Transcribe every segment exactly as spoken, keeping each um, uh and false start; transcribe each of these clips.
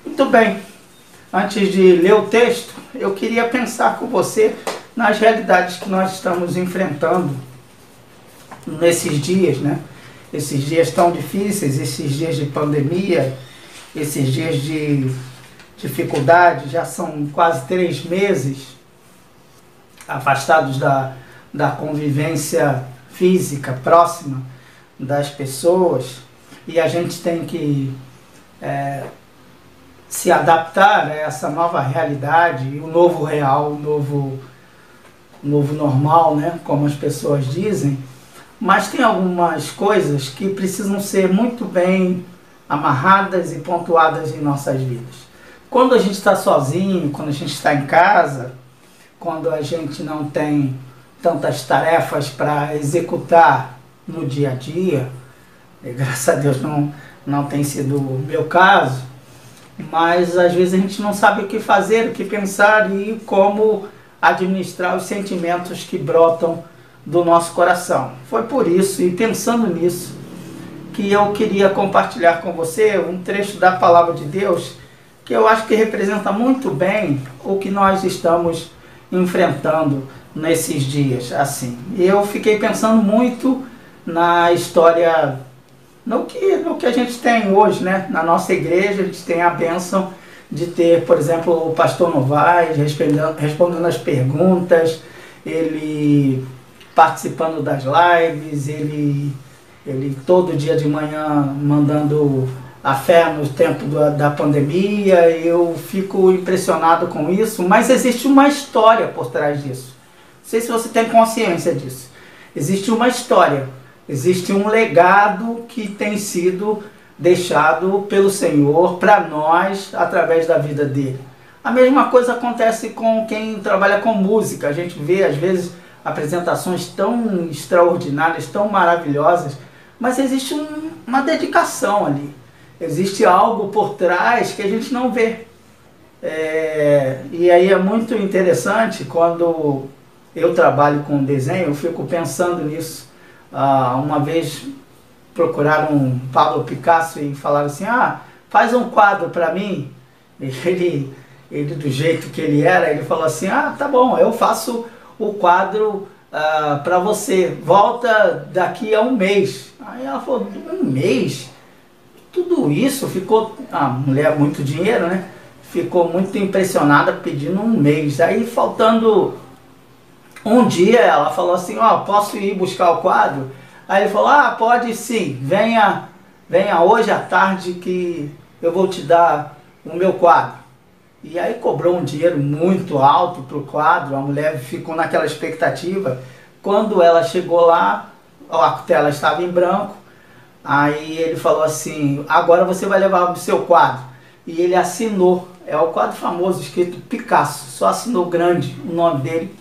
Muito bem, antes de ler o texto, eu queria pensar com você nas realidades que nós estamos enfrentando nesses dias, né? Esses dias tão difíceis, esses dias de pandemia, esses dias de dificuldade, já são quase três meses afastados da, da convivência física próxima das pessoas, e a gente tem que é, se adaptar a essa nova realidade, o novo real, o novo, novo normal, né? Como as pessoas dizem. Mas tem algumas coisas que precisam ser muito bem amarradas e pontuadas em nossas vidas. Quando a gente está sozinho, quando a gente está em casa, quando a gente não tem tantas tarefas para executar no dia a dia, e graças a Deus não, não tem sido o meu caso, mas às vezes a gente não sabe o que fazer, o que pensar e como administrar os sentimentos que brotam do nosso coração. Foi por isso, e pensando nisso, que eu queria compartilhar com você um trecho da Palavra de Deus que eu acho que representa muito bem o que nós estamos enfrentando nesses dias. Assim, eu fiquei pensando muito na história, no que, no que a gente tem hoje, né? Na nossa igreja a gente tem a bênção de ter, por exemplo, o pastor Novaes respondendo, respondendo as perguntas, ele participando das lives, ele, ele todo dia de manhã mandando a fé no tempo da, da pandemia. Eu fico impressionado com isso, mas existe uma história por trás disso. Não sei se você tem consciência disso. Existe uma história, existe um legado que tem sido deixado pelo Senhor para nós através da vida dele. A mesma coisa acontece com quem trabalha com música. A gente vê às vezes apresentações tão extraordinárias, tão maravilhosas, mas existe um, uma dedicação ali. Existe algo por trás que a gente não vê. É, e aí é muito interessante quando eu trabalho com desenho, eu fico pensando nisso. Ah, uma vez procuraram Pablo Picasso e falaram assim: ah, faz um quadro para mim. Ele, ele, do jeito que ele era, ele falou assim: ah, tá bom, eu faço o quadro ah, para você, volta daqui a um mês. Aí ela falou: um mês? Tudo isso? Ficou, a mulher, muito dinheiro, né? Ficou muito impressionada pedindo um mês. Aí faltando um dia ela falou assim: ó, oh, posso ir buscar o quadro? Aí ele falou: ah, pode sim, venha, venha hoje à tarde que eu vou te dar o meu quadro. E aí cobrou um dinheiro muito alto para o quadro, a mulher ficou naquela expectativa. Quando ela chegou lá, a tela estava em branco, aí ele falou assim: agora você vai levar o seu quadro. E ele assinou, é o quadro famoso escrito Picasso, só assinou grande o nome dele.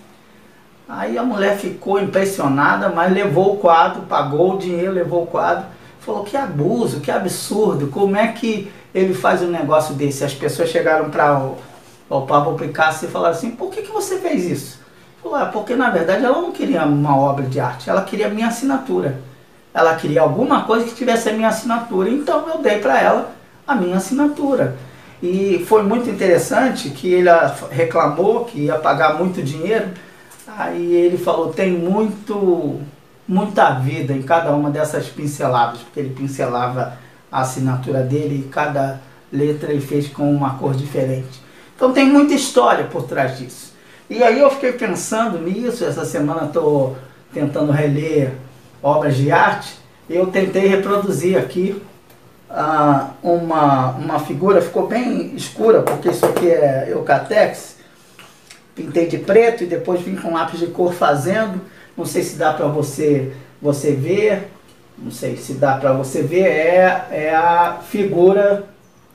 Aí a mulher ficou impressionada, mas levou o quadro, pagou o dinheiro, levou o quadro. Falou: que abuso, que absurdo, como é que ele faz um negócio desse? As pessoas chegaram para o, o Pablo Picasso e falaram assim: por que, que você fez isso? Falou: ah, porque na verdade ela não queria uma obra de arte, ela queria a minha assinatura. Ela queria alguma coisa que tivesse a minha assinatura, então eu dei para ela a minha assinatura. E foi muito interessante que ele reclamou que ia pagar muito dinheiro. Aí ele falou: tem muito, muita vida em cada uma dessas pinceladas, porque ele pincelava a assinatura dele e cada letra ele fez com uma cor diferente. Então tem muita história por trás disso. E aí eu fiquei pensando nisso, essa semana estou tentando reler obras de arte. Eu tentei reproduzir aqui ah, uma, uma figura, ficou bem escura, porque isso aqui é Eucatex. Pintei de preto e depois vim com lápis de cor fazendo. Não sei se dá para você, você ver. Não sei se dá para você ver. É, é a figura,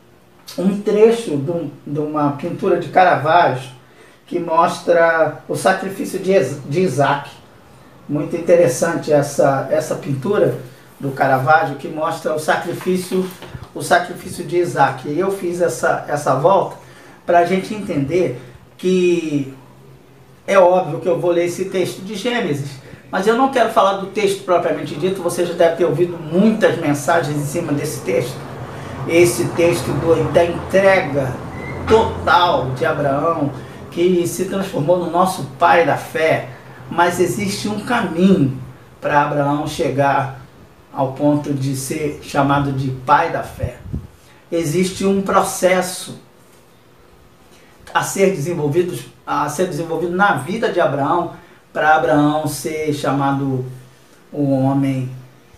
um trecho de, um, de uma pintura de Caravaggio que mostra o sacrifício de, de Isaac. Muito interessante essa, essa pintura do Caravaggio que mostra o sacrifício, o sacrifício de Isaac. E eu fiz essa, essa volta para a gente entender que é óbvio que eu vou ler esse texto de Gênesis, mas eu não quero falar do texto propriamente dito. Você já deve ter ouvido muitas mensagens em cima desse texto. esse texto do, da entrega total de Abraão, que se transformou no nosso pai da fé, mas existe um caminho para Abraão chegar ao ponto de ser chamado de pai da fé. Existe um processo a ser desenvolvido, a ser desenvolvido na vida de Abraão, para Abraão ser chamado um homem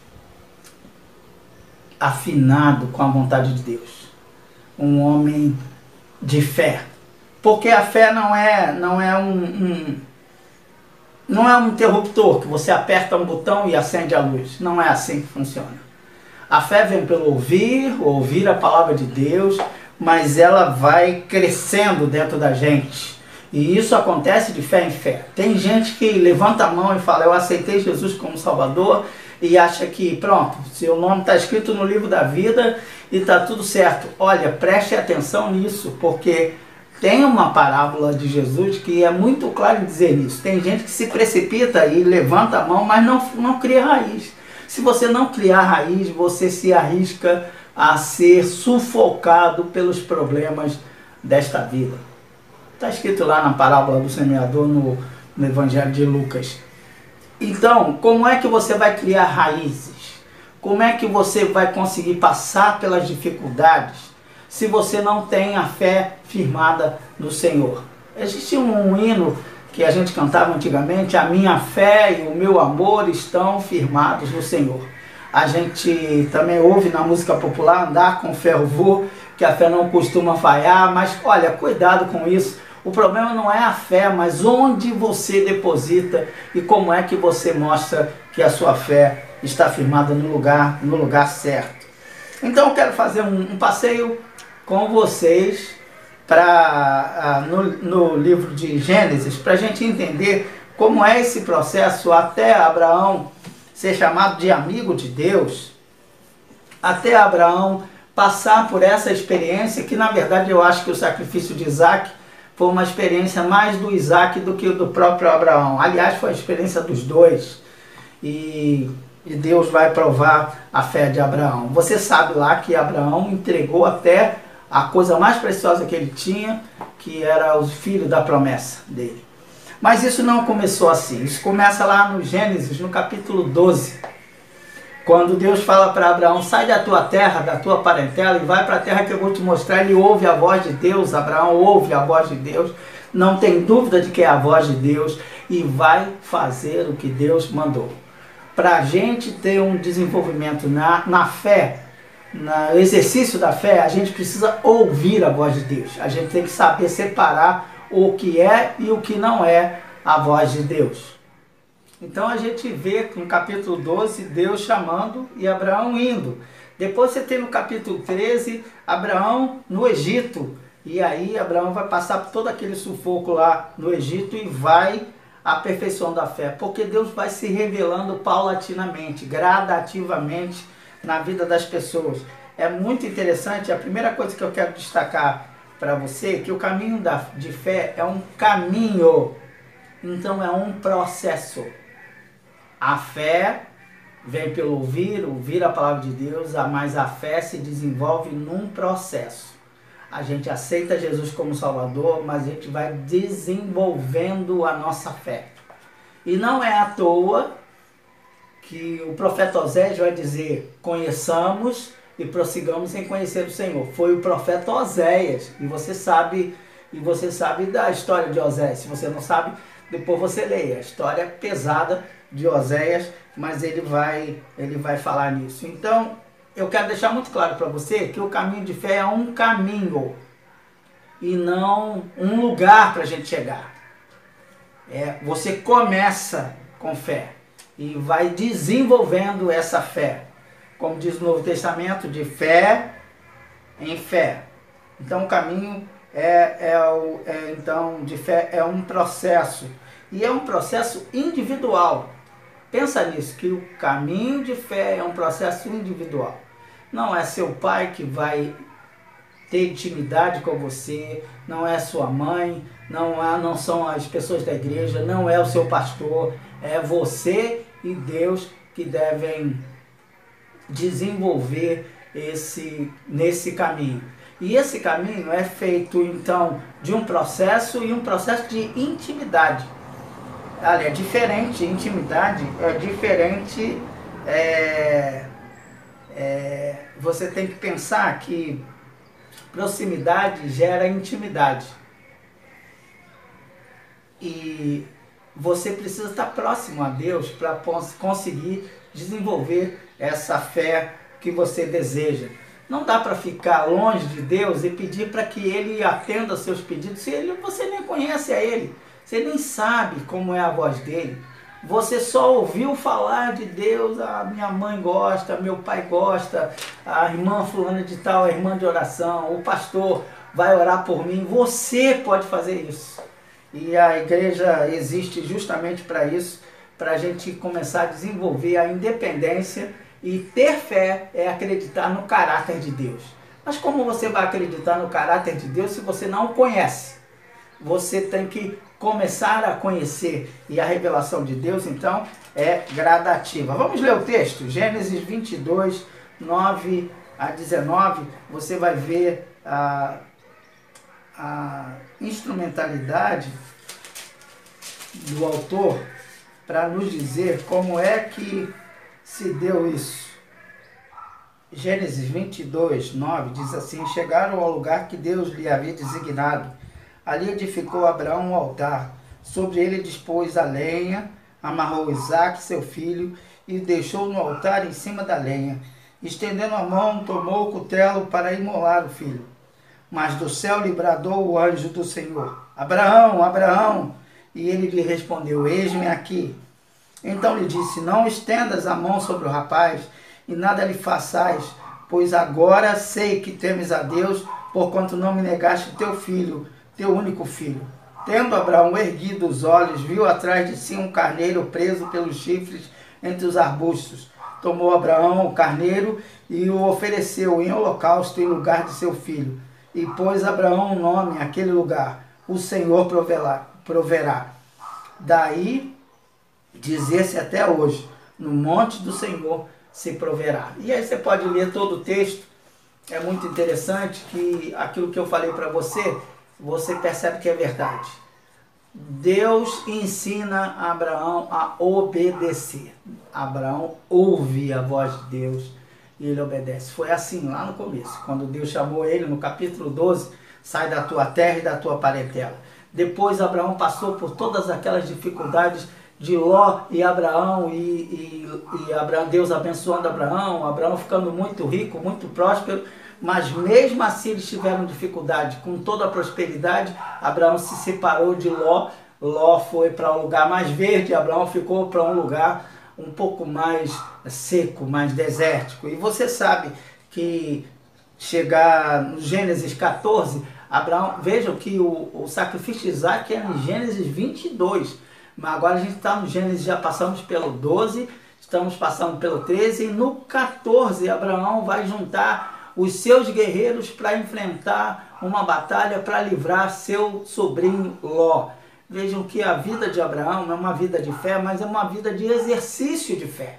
afinado com a vontade de Deus, um homem de fé, porque a fé não é, não é um, um não é um interruptor que você aperta um botão e acende a luz. Não é assim que funciona. A fé vem pelo ouvir, ouvir a palavra de Deus, mas ela vai crescendo dentro da gente. E isso acontece de fé em fé. Tem gente que levanta a mão e fala, eu aceitei Jesus como Salvador, e acha que, pronto, seu nome está escrito no livro da vida e está tudo certo. Olha, preste atenção nisso, porque tem uma parábola de Jesus que é muito claro em dizer isso. Tem gente que se precipita e levanta a mão, mas não, não cria raiz. Se você não criar raiz, você se arrisca a ser sufocado pelos problemas desta vida. Está escrito lá na parábola do semeador no, no Evangelho de Lucas. Então, como é que você vai criar raízes? Como é que você vai conseguir passar pelas dificuldades se você não tem a fé firmada no Senhor? Existe um hino que a gente cantava antigamente, a minha fé e o meu amor estão firmados no Senhor. A gente também ouve na música popular, andar com fé eu vou, que a fé não costuma falhar, mas olha, cuidado com isso. O problema não é a fé, mas onde você deposita e como é que você mostra que a sua fé está firmada no lugar, no lugar certo. Então eu quero fazer um, um passeio com vocês pra, uh, no, no livro de Gênesis, para a gente entender como é esse processo até Abraão ser chamado de amigo de Deus, até Abraão passar por essa experiência, que na verdade eu acho que o sacrifício de Isaac foi uma experiência mais do Isaac do que do próprio Abraão. Aliás, foi a experiência dos dois. E, e Deus vai provar a fé de Abraão. Você sabe lá que Abraão entregou até a coisa mais preciosa que ele tinha, que era o filho da promessa dele. Mas isso não começou assim. Isso começa lá no Gênesis, no capítulo doze. Quando Deus fala para Abraão, sai da tua terra, da tua parentela e vai para a terra que eu vou te mostrar. Ele ouve a voz de Deus, Abraão ouve a voz de Deus, não tem dúvida de que é a voz de Deus e vai fazer o que Deus mandou. Para a gente ter um desenvolvimento na, na fé, no exercício da fé, a gente precisa ouvir a voz de Deus. A gente tem que saber separar o que é e o que não é a voz de Deus. Então a gente vê no capítulo doze, Deus chamando e Abraão indo. Depois você tem no capítulo treze, Abraão no Egito. E aí Abraão vai passar por todo aquele sufoco lá no Egito e vai aperfeiçoando a fé. Porque Deus vai se revelando paulatinamente, gradativamente na vida das pessoas. É muito interessante, a primeira coisa que eu quero destacar para você, que o caminho da, de fé é um caminho, então é um processo. A fé vem pelo ouvir, ouvir a palavra de Deus, mas a fé se desenvolve num processo. A gente aceita Jesus como Salvador, mas a gente vai desenvolvendo a nossa fé. E não é à toa que o profeta Oséias vai dizer, conheçamos e prossigamos em conhecer o Senhor. Foi o profeta Oséias, e você sabe, e você sabe da história de Oséias. Se você não sabe, depois você leia. A história pesada de Oséias, mas ele vai, ele vai falar nisso. Então, eu quero deixar muito claro para você que o caminho de fé é um caminho e não um lugar para a gente chegar. É, você começa com fé e vai desenvolvendo essa fé. Como diz o Novo Testamento, de fé em fé. Então o caminho é, é, o, é, então, de fé é um processo. E é um processo individual. Pensa nisso, que o caminho de fé é um processo individual. Não é seu pai que vai ter intimidade com você, não é sua mãe, não, é, não são as pessoas da igreja, não é o seu pastor, é você e Deus que devem desenvolver esse, nesse caminho. E esse caminho é feito, então, de um processo e um processo de intimidade. Olha, é diferente, intimidade é diferente, é, é, você tem que pensar que proximidade gera intimidade. E você precisa estar próximo a Deus para conseguir desenvolver essa fé que você deseja. Não dá para ficar longe de Deus e pedir para que Ele atenda aos seus pedidos se ele, você nem conhece a Ele, você nem sabe como é a voz dEle. Você só ouviu falar de Deus, a minha mãe gosta, meu pai gosta, a irmã fulana de tal, a irmã de oração, o pastor vai orar por mim. Você pode fazer isso. E a igreja existe justamente para isso, para a gente começar a desenvolver a independência. E ter fé é acreditar no caráter de Deus. Mas como você vai acreditar no caráter de Deus se você não o conhece? Você tem que começar a conhecer. E a revelação de Deus, então, é gradativa. Vamos ler o texto? Gênesis vinte e dois, nove a dezenove. Você vai ver a, a instrumentalidade do autor para nos dizer como é que se deu isso. Gênesis vinte e dois, nove diz assim: chegaram ao lugar que Deus lhe havia designado. Ali edificou Abraão um altar. Sobre ele dispôs a lenha, amarrou Isaque, seu filho, e deixou no altar em cima da lenha. Estendendo a mão, tomou o cutelo para imolar o filho. Mas do céu lhe bradou o anjo do Senhor: Abraão, Abraão! E ele lhe respondeu: eis-me aqui. Então lhe disse: não estendas a mão sobre o rapaz, e nada lhe façais, pois agora sei que temes a Deus, porquanto não me negaste teu filho, teu único filho. Tendo Abraão erguido os olhos, viu atrás de si um carneiro preso pelos chifres entre os arbustos. Tomou Abraão o carneiro e o ofereceu em holocausto em lugar de seu filho. E pôs Abraão um nome àquele lugar: o Senhor proverá. proverá. Daí dizer-se até hoje: no monte do Senhor se proverá. E aí você pode ler todo o texto. É muito interessante que aquilo que eu falei para você, você percebe que é verdade. Deus ensina Abraão a obedecer. Abraão ouve a voz de Deus e ele obedece. Foi assim lá no começo, quando Deus chamou ele no capítulo doze: sai da tua terra e da tua parentela. Depois Abraão passou por todas aquelas dificuldades de Ló e Abraão, e, e, e Abraão, Deus abençoando Abraão, Abraão ficando muito rico, muito próspero, mas mesmo assim eles tiveram dificuldade. Com toda a prosperidade, Abraão se separou de Ló, Ló foi para um lugar mais verde, Abraão ficou para um lugar um pouco mais seco, mais desértico. E você sabe que chegar no Gênesis quatorze, Abraão, vejam que o, o sacrifício de Isaque é em Gênesis vinte e dois, mas agora a gente está no Gênesis, já passamos pelo doze, estamos passando pelo treze, e no quatorze Abraão vai juntar os seus guerreiros para enfrentar uma batalha para livrar seu sobrinho Ló. Vejam que a vida de Abraão não é uma vida de fé, mas é uma vida de exercício de fé.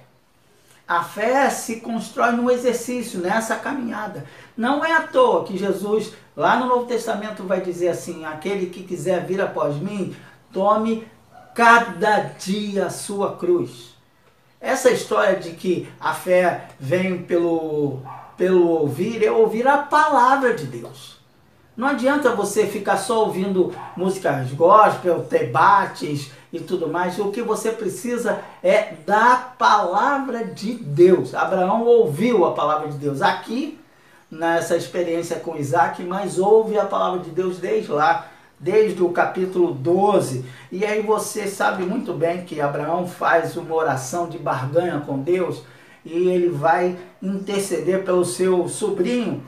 A fé se constrói no exercício, nessa caminhada. Não é à toa que Jesus, lá no Novo Testamento, vai dizer assim: aquele que quiser vir após mim, tome cada dia a sua cruz. Essa história de que a fé vem pelo, pelo ouvir, é ouvir a palavra de Deus. Não adianta você ficar só ouvindo músicas gospel, debates e tudo mais. O que você precisa é da palavra de Deus. Abraão ouviu a palavra de Deus aqui, nessa experiência com Isaque, mas ouve a palavra de Deus desde lá, desde o capítulo doze. E aí você sabe muito bem que Abraão faz uma oração de barganha com Deus, e ele vai interceder pelo seu sobrinho.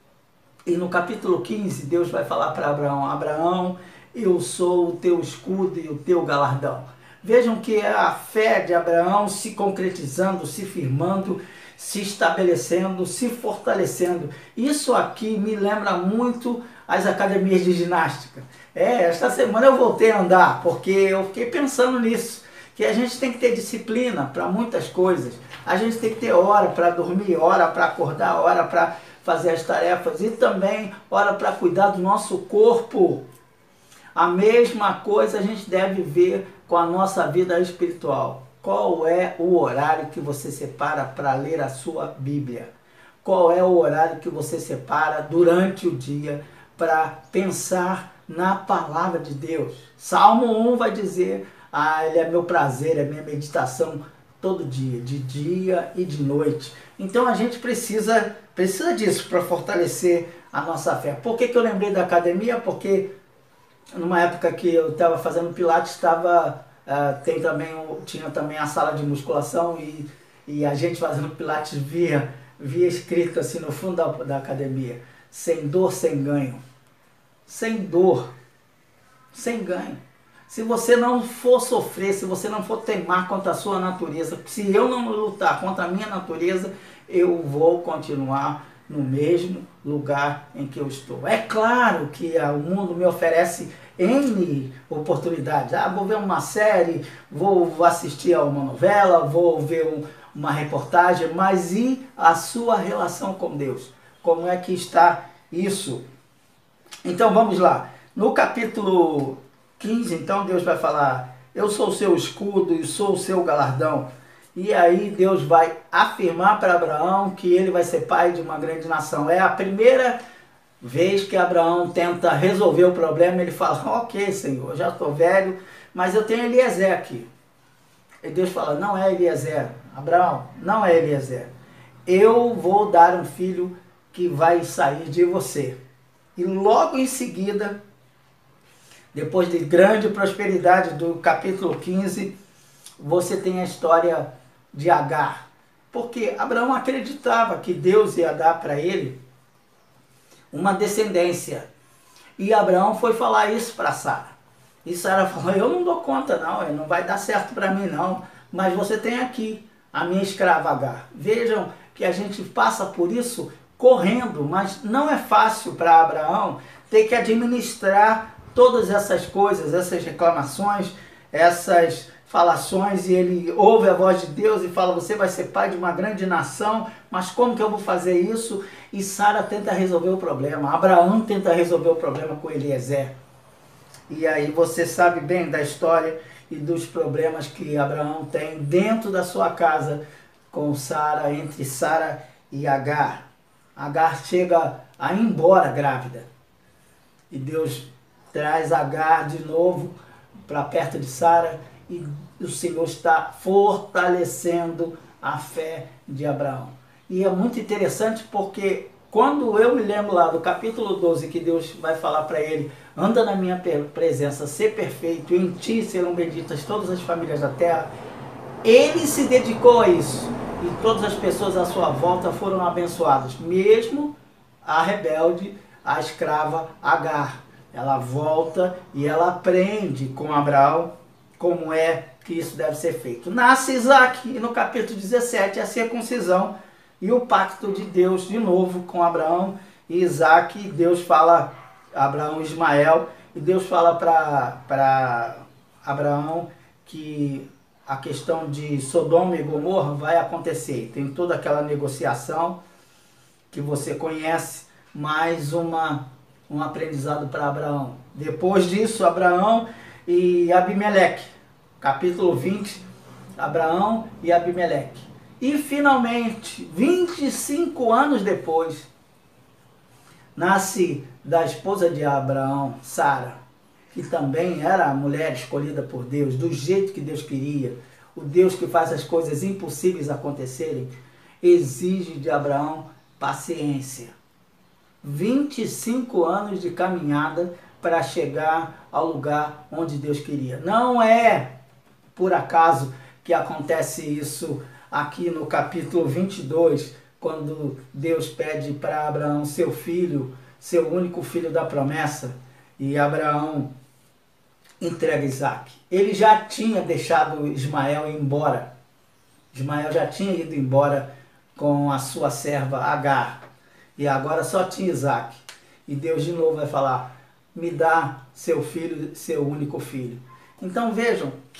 E no capítulo quinze, Deus vai falar para Abraão: Abraão, eu sou o teu escudo e o teu galardão. Vejam que é a fé de Abraão se concretizando, se firmando, se estabelecendo, se fortalecendo. Isso aqui me lembra muito as academias de ginástica. É, esta semana eu voltei a andar, porque eu fiquei pensando nisso, que a gente tem que ter disciplina para muitas coisas. A gente tem que ter hora para dormir, hora para acordar, hora para fazer as tarefas e também hora para cuidar do nosso corpo. A mesma coisa a gente deve ver com a nossa vida espiritual. Qual é o horário que você separa para ler a sua Bíblia? Qual é o horário que você separa durante o dia para pensar na palavra de Deus? Salmo um vai dizer, ah, ele é meu prazer, é minha meditação todo dia, de dia e de noite. Então a gente precisa, precisa disso para fortalecer a nossa fé. Por que que eu lembrei da academia? Porque numa época que eu estava fazendo pilates, estava, uh, tem também, tinha também a sala de musculação e, e a gente fazendo pilates via, via escrito assim no fundo da, da academia, sem dor, sem ganho. Sem dor, sem ganho. Se você não for sofrer, se você não for teimar contra a sua natureza, se eu não lutar contra a minha natureza, eu vou continuar no mesmo lugar em que eu estou. É claro que o mundo me oferece N oportunidades. Ah, vou ver uma série, vou assistir a uma novela, vou ver um, uma reportagem, mas e a sua relação com Deus? Como é que está isso? Então vamos lá. No capítulo quinze, então Deus vai falar, eu sou o seu escudo e sou o seu galardão. E aí Deus vai afirmar para Abraão que ele vai ser pai de uma grande nação. É a primeira vez que Abraão tenta resolver o problema. Ele fala, ok, Senhor, já estou velho, mas eu tenho Eliezer aqui. E Deus fala, não é Eliezer, Abraão, não é Eliezer. Eu vou dar um filho que vai sair de você. E logo em seguida, depois de grande prosperidade do capítulo quinze, você tem a história de Agar. Porque Abraão acreditava que Deus ia dar para ele uma descendência. E Abraão foi falar isso para Sara. E Sara falou, eu não dou conta não, não vai dar certo para mim não. Mas você tem aqui a minha escrava Agar. Vejam que a gente passa por isso correndo, mas não é fácil para Abraão ter que administrar todas essas coisas, essas reclamações, essas falações, e ele ouve a voz de Deus e fala, você vai ser pai de uma grande nação, mas como que eu vou fazer isso? E Sara tenta resolver o problema, Abraão tenta resolver o problema com Eliezer. E aí você sabe bem da história e dos problemas que Abraão tem dentro da sua casa com Sara, entre Sara e Agar. Agar chega a ir embora grávida. E Deus traz Agar de novo para perto de Sara e o Senhor está fortalecendo a fé de Abraão. E é muito interessante porque quando eu me lembro lá do capítulo doze que Deus vai falar para ele, anda na minha presença, ser perfeito, em ti serão benditas todas as famílias da terra, ele se dedicou a isso e todas as pessoas à sua volta foram abençoadas, mesmo a rebelde, a escrava Agar. Ela volta e ela aprende com Abraão como é que isso deve ser feito. Nasce Isaac e no capítulo dezessete a circuncisão e o pacto de Deus de novo com Abraão e Isaac. Deus fala, Abraão e Ismael, e Deus fala para Abraão que a questão de Sodoma e Gomorra vai acontecer. Tem toda aquela negociação que você conhece, mais uma, um aprendizado para Abraão. Depois disso, Abraão e Abimeleque, capítulo vinte, Abraão e Abimeleque. E finalmente, vinte e cinco anos depois, nasce da esposa de Abraão, Sara, que também era a mulher escolhida por Deus, do jeito que Deus queria. O Deus que faz as coisas impossíveis acontecerem, exige de Abraão paciência. vinte e cinco anos de caminhada para chegar ao lugar onde Deus queria. Não é por acaso que acontece isso aqui no capítulo vinte e dois, quando Deus pede para Abraão seu filho, seu único filho da promessa, e Abraão entrega Isaac. Ele já tinha deixado Ismael ir embora. Ismael já tinha ido embora com a sua serva Agar. E agora só tinha Isaac. E Deus de novo vai falar, me dá seu filho, seu único filho. Então vejam que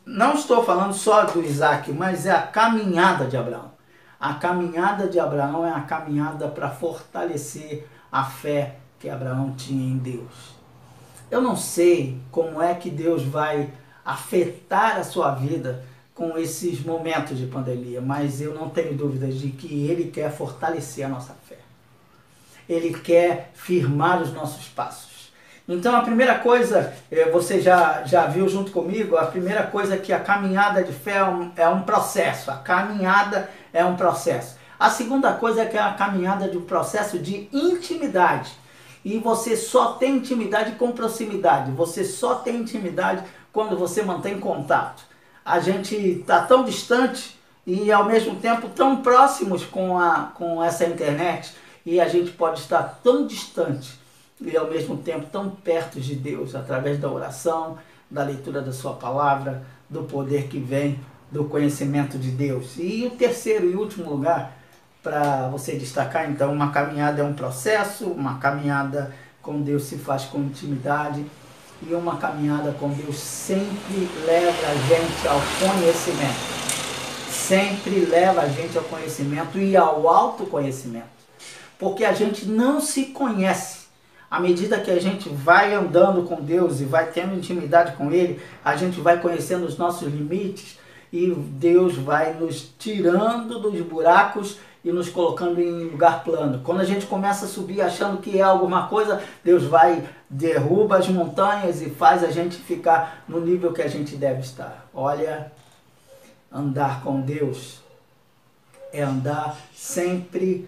não estou falando só do Isaac, mas é a caminhada de Abraão. A caminhada de Abraão é a caminhada para fortalecer a fé que Abraão tinha em Deus. Eu não sei como é que Deus vai afetar a sua vida com esses momentos de pandemia, mas eu não tenho dúvidas de que Ele quer fortalecer a nossa fé. Ele quer firmar os nossos passos. Então a primeira coisa, você já, já viu junto comigo, a primeira coisa é que a caminhada de fé é um, é um processo. A caminhada é um processo. A segunda coisa é que é a caminhada de um processo de intimidade. E você só tem intimidade com proximidade. Você só tem intimidade quando você mantém contato. A gente está tão distante e ao mesmo tempo tão próximos com, a, com essa internet. E a gente pode estar tão distante e ao mesmo tempo tão perto de Deus, através da oração, da leitura da sua palavra, do poder que vem do conhecimento de Deus. E o terceiro e último lugar, para você destacar, então, uma caminhada é um processo, uma caminhada com Deus se faz com intimidade, e uma caminhada com Deus sempre leva a gente ao conhecimento. Sempre leva a gente ao conhecimento e ao autoconhecimento. Porque a gente não se conhece. À medida que a gente vai andando com Deus e vai tendo intimidade com Ele, a gente vai conhecendo os nossos limites e Deus vai nos tirando dos buracos e nos colocando em lugar plano. Quando a gente começa a subir achando que é alguma coisa, Deus vai, derruba as montanhas e faz a gente ficar no nível que a gente deve estar. Olha, andar com Deus é andar sempre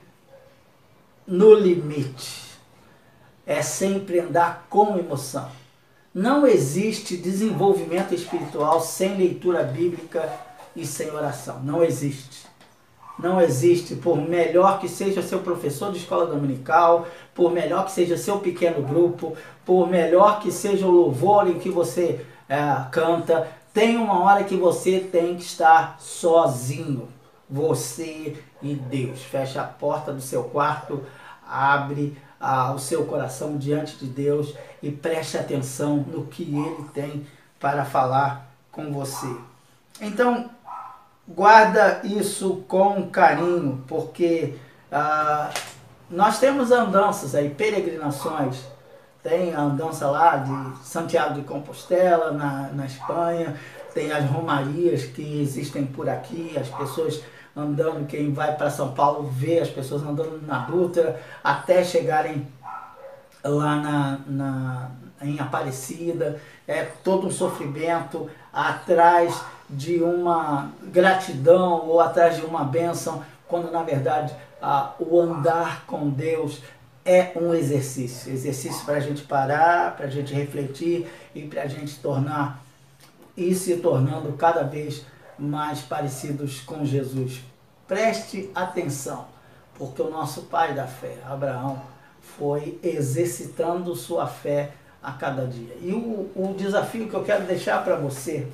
no limite. É sempre andar com emoção. Não existe desenvolvimento espiritual sem leitura bíblica e sem oração. Não existe. Não existe, por melhor que seja seu professor de escola dominical, por melhor que seja seu pequeno grupo, por melhor que seja o louvor em que você é, canta, tem uma hora que você tem que estar sozinho. Você e Deus. Fecha a porta do seu quarto, abre ah, o seu coração diante de Deus e preste atenção no que Ele tem para falar com você. Então, guarda isso com carinho, porque ah, nós temos andanças aí, peregrinações. Tem a andança lá de Santiago de Compostela, na, na Espanha, tem as romarias que existem por aqui, as pessoas andando, quem vai para São Paulo vê as pessoas andando na Dutra, até chegarem lá na, na, em Aparecida. É todo um sofrimento atrás de uma gratidão ou atrás de uma bênção, quando na verdade a, o andar com Deus é um exercício. Exercício para a gente parar, para a gente refletir e para a gente tornar e se tornando cada vez mais parecidos com Jesus. Preste atenção, porque o nosso pai da fé, Abraão, foi exercitando sua fé a cada dia. E o, o desafio que eu quero deixar para você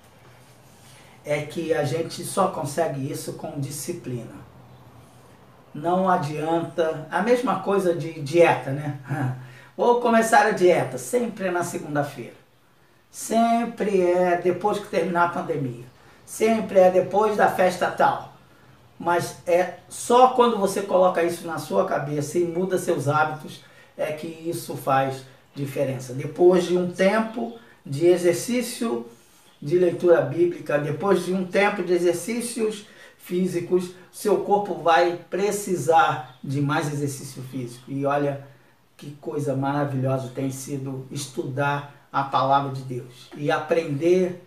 é que a gente só consegue isso com disciplina. Não adianta, a mesma coisa de dieta, né? Vou começar a dieta, sempre é na segunda-feira. Sempre é depois que terminar a pandemia. Sempre é depois da festa tal. Mas é só quando você coloca isso na sua cabeça e muda seus hábitos é que isso faz diferença. Depois de um tempo de exercício de leitura bíblica, depois de um tempo de exercícios físicos, seu corpo vai precisar de mais exercício físico. E olha que coisa maravilhosa tem sido estudar a palavra de Deus e aprender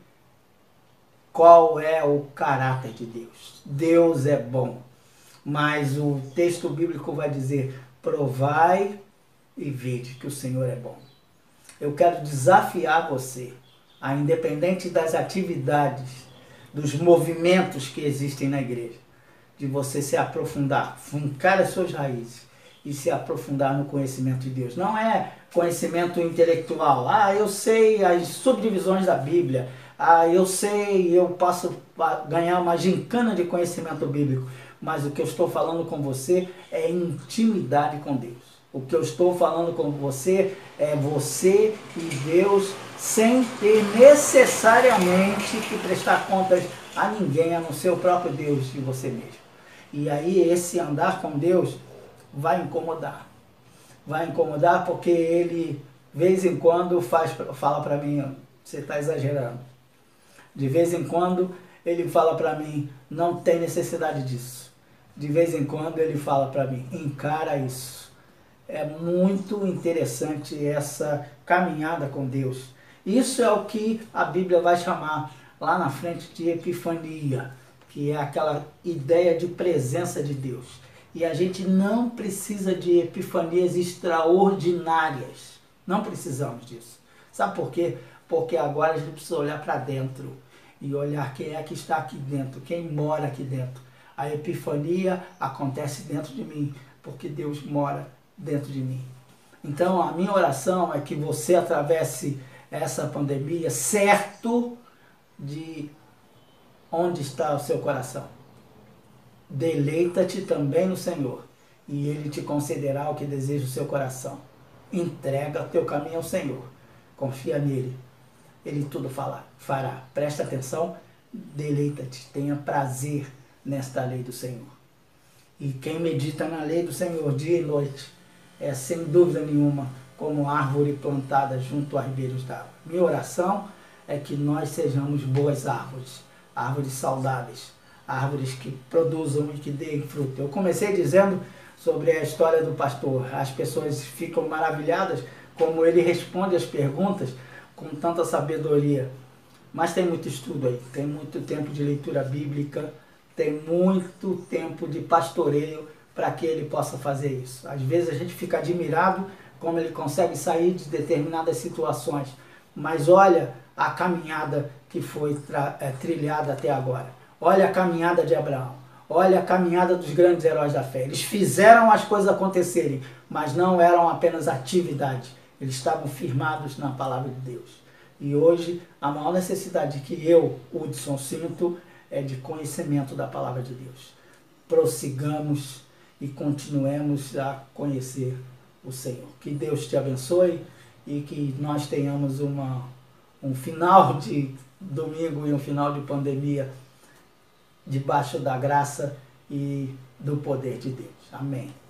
qual é o caráter de Deus. Deus é bom, mas o texto bíblico vai dizer: provai e vede que o Senhor é bom. Eu quero desafiar você, a independente das atividades, dos movimentos que existem na igreja, de você se aprofundar, funcar as suas raízes e se aprofundar no conhecimento de Deus. Não é conhecimento intelectual. Ah, eu sei as subdivisões da Bíblia. Ah, eu sei, eu posso ganhar uma gincana de conhecimento bíblico. Mas o que eu estou falando com você é intimidade com Deus. O que eu estou falando com você é você e Deus, sem ter necessariamente que prestar contas a ninguém, a não ser o próprio Deus e você mesmo. E aí esse andar com Deus vai incomodar. Vai incomodar porque ele, de vez em quando, faz, fala para mim, você está exagerando. De vez em quando ele fala para mim, não tem necessidade disso. De vez em quando ele fala para mim, encara isso. É muito interessante essa caminhada com Deus. Isso é o que a Bíblia vai chamar lá na frente de epifania, que é aquela ideia de presença de Deus. E a gente não precisa de epifanias extraordinárias. Não precisamos disso. Sabe por quê? Porque agora a gente precisa olhar para dentro e olhar quem é que está aqui dentro, quem mora aqui dentro. A epifania acontece dentro de mim, porque Deus mora dentro de mim. Então a minha oração é que você atravesse essa pandemia certo de onde está o seu coração. Deleita-te também no Senhor, e Ele te concederá o que deseja o seu coração. Entrega o teu caminho ao Senhor, confia nele, Ele tudo fala, fará. Presta atenção, deleita-te, tenha prazer nesta lei do Senhor. E quem medita na lei do Senhor dia e noite é, sem dúvida nenhuma, como árvore plantada junto a ribeiros d'água. Minha oração é que nós sejamos boas árvores, árvores saudáveis, árvores que produzam e que deem fruto. Eu comecei dizendo sobre a história do pastor. As pessoas ficam maravilhadas como ele responde as perguntas com tanta sabedoria. Mas tem muito estudo aí, tem muito tempo de leitura bíblica, tem muito tempo de pastoreio para que ele possa fazer isso. Às vezes a gente fica admirado como ele consegue sair de determinadas situações. Mas olha a caminhada que foi é, trilhada até agora. Olha a caminhada de Abraão, olha a caminhada dos grandes heróis da fé. Eles fizeram as coisas acontecerem, mas não eram apenas atividade. Eles estavam firmados na palavra de Deus. E hoje, a maior necessidade que eu, Hudson, sinto é de conhecimento da palavra de Deus. Prossigamos e continuemos a conhecer o Senhor. Que Deus te abençoe e que nós tenhamos uma, um final de domingo e um final de pandemia debaixo da graça e do poder de Deus. Amém.